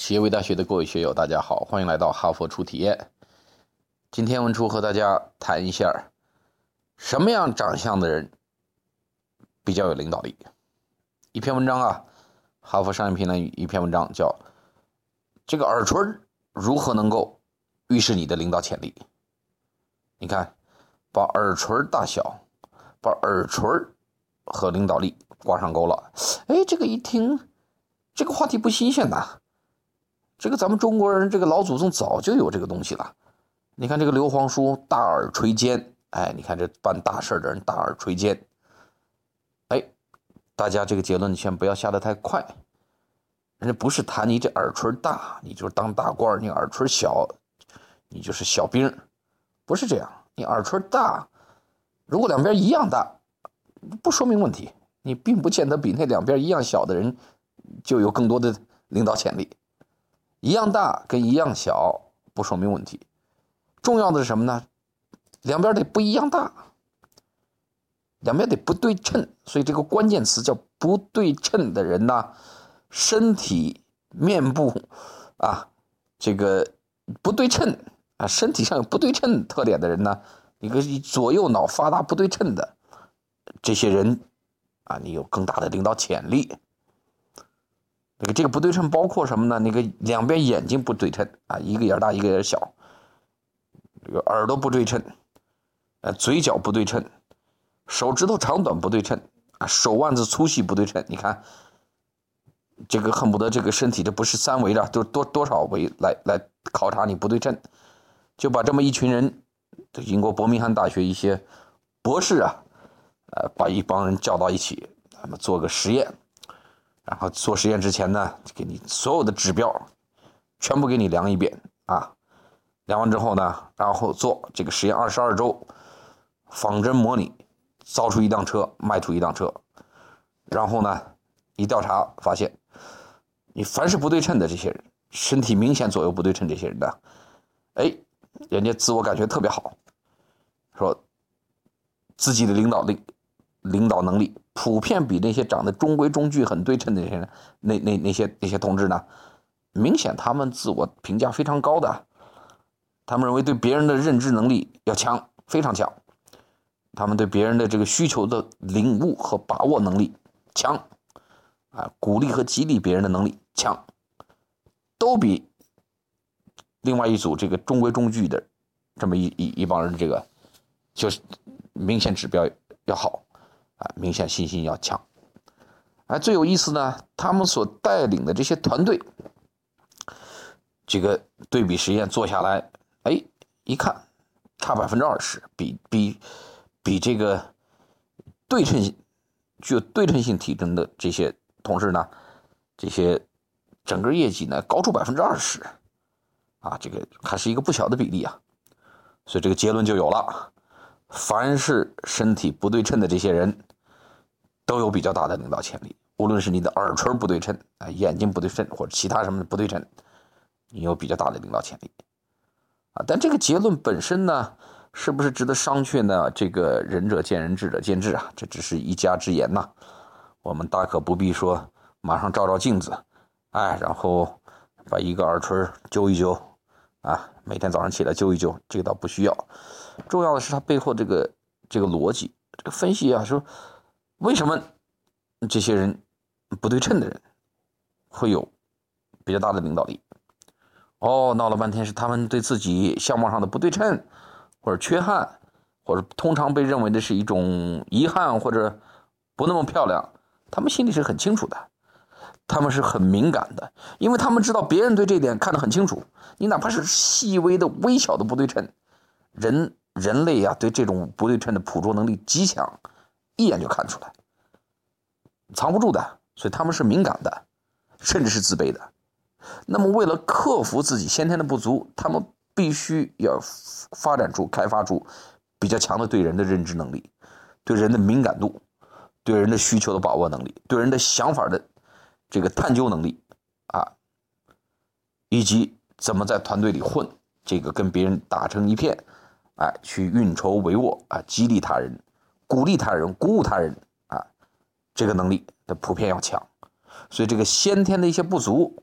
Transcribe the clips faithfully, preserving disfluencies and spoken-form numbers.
企业微大学的各位学友，大家好，欢迎来到哈佛初体验。今天文初和大家谈一下，什么样长相的人比较有领导力。一篇文章啊，哈佛商业评论一篇文章叫这个耳垂如何能够预示你的领导潜力。你看，把耳垂大小，把耳垂和领导力挂上钩了。哎，这个一听，这个话题不新鲜呐。这个咱们中国人这个老祖宗早就有这个东西了。你看这个刘皇叔大耳垂肩，哎，你看这办大事的人大耳垂肩。哎，大家这个结论先不要下得太快。人家不是谈你这耳垂大，你就是当大官；你耳垂小，你就是小兵。不是这样，你耳垂大，如果两边一样大，不说明问题。你并不见得比那两边一样小的人就有更多的领导潜力。一样大跟一样小不说明问题，重要的是什么呢？两边得不一样大，两边得不对称。所以这个关键词叫不对称的人呢，身体面部啊，这个不对称啊，身体上有不对称特点的人呢，一个左右脑发达不对称的这些人啊，你有更大的领导潜力。这个这个不对称包括什么呢？那个两边眼睛不对称啊，一个眼大一个眼小，这个耳朵不对称，呃，嘴角不对称，手指头长短不对称啊，手腕子粗细不对称。你看，这个恨不得这个身体这不是三维的，多多多少维来来考察你不对称。就把这么一群人，英国伯明翰大学一些博士啊，呃，把一帮人叫到一起，他们做个实验。然后做实验之前呢，给你所有的指标全部给你量一遍啊，量完之后呢，然后做这个实验二十二周，仿真模拟，造出一辆车，卖出一辆车。然后呢，一调查发现，你凡是不对称的这些人，身体明显左右不对称这些人呢，哎，人家自我感觉特别好，说自己的领导力、领导能力普遍比那些长得中规中矩、很对称的那些人，那那那些那些同志呢，明显他们自我评价非常高的，他们认为对别人的认知能力要强，非常强，他们对别人的这个需求的领悟和把握能力强，啊，鼓励和激励别人的能力强，都比另外一组这个中规中矩的这么一一一帮人这个就是明显指标要好。啊，明显信心要强。哎，最有意思呢，他们所带领的这些团队，这个对比实验做下来，哎，一看差百分之二十，比比比这个对称性具有对称性体征的这些同事呢，这些整个业绩呢高出百分之二十，啊，这个还是一个不小的比例啊。所以这个结论就有了。凡是身体不对称的这些人，都有比较大的领导潜力。无论是你的耳垂不对称啊，眼睛不对称，或者其他什么的不对称，你有比较大的领导潜力啊。但这个结论本身呢，是不是值得商榷呢？这个仁者见仁，智者见智啊，这只是一家之言呐。我们大可不必说马上照照镜子，哎，然后把一个耳垂揪一揪啊，每天早上起来揪一揪，这个倒不需要。重要的是它背后这个这个逻辑，这个分析啊，说为什么这些人不对称的人会有比较大的领导力？哦，闹了半天是他们对自己相貌上的不对称，或者缺憾，或者通常被认为的是一种遗憾，或者不那么漂亮，他们心里是很清楚的，他们是很敏感的，因为他们知道别人对这一点看得很清楚。你哪怕是细微的微小的不对称，人人类啊，对这种不对称的捕捉能力极强，一眼就看出来，藏不住的。所以他们是敏感的，甚至是自卑的。那么为了克服自己先天的不足，他们必须要发展出、开发出比较强的对人的认知能力，对人的敏感度，对人的需求的把握能力，对人的想法的这个探究能力啊，以及怎么在团队里混，这个跟别人打成一片，哎，去运筹帷幄啊，激励他人，鼓励他人，鼓舞他人啊，这个能力的普遍要强。所以这个先天的一些不足，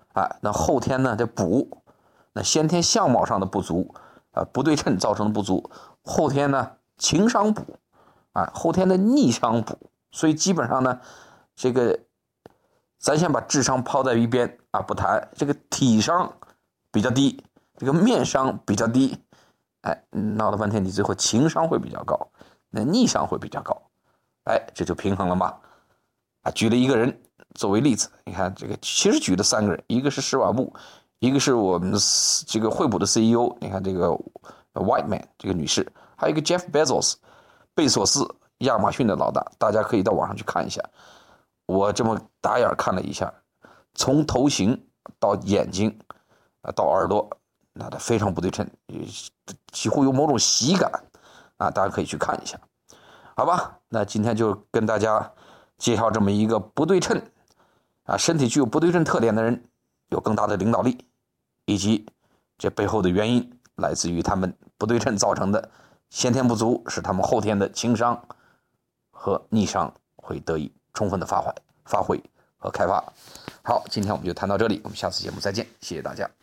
啊，那后天呢这补，那先天相貌上的不足啊，不对称造成的不足，后天呢情商补啊，后天的逆商补，所以基本上呢，这个咱先把智商抛在一边啊不谈，这个体商比较低，这个面商比较低，哎，闹了半天你最后情商会比较高，那逆商会比较高，哎，这就平衡了嘛。啊，举了一个人作为例子，你看这个其实举了三个人，一个是施瓦布，一个是我们这个惠普的 C E O， 你看这个 Whiteman 这个女士，还有一个 Jeff Bezos 贝索斯，亚马逊的老大，大家可以到网上去看一下。我这么打眼看了一下，从头型到眼睛啊到耳朵，那它非常不对称，几乎有某种喜感啊，大家可以去看一下，好吧？那今天就跟大家介绍这么一个不对称啊，身体具有不对称特点的人有更大的领导力，以及这背后的原因来自于他们不对称造成的先天不足，使他们后天的情商和逆商会得以充分的发挥、发挥和开发。好，今天我们就谈到这里，我们下次节目再见，谢谢大家。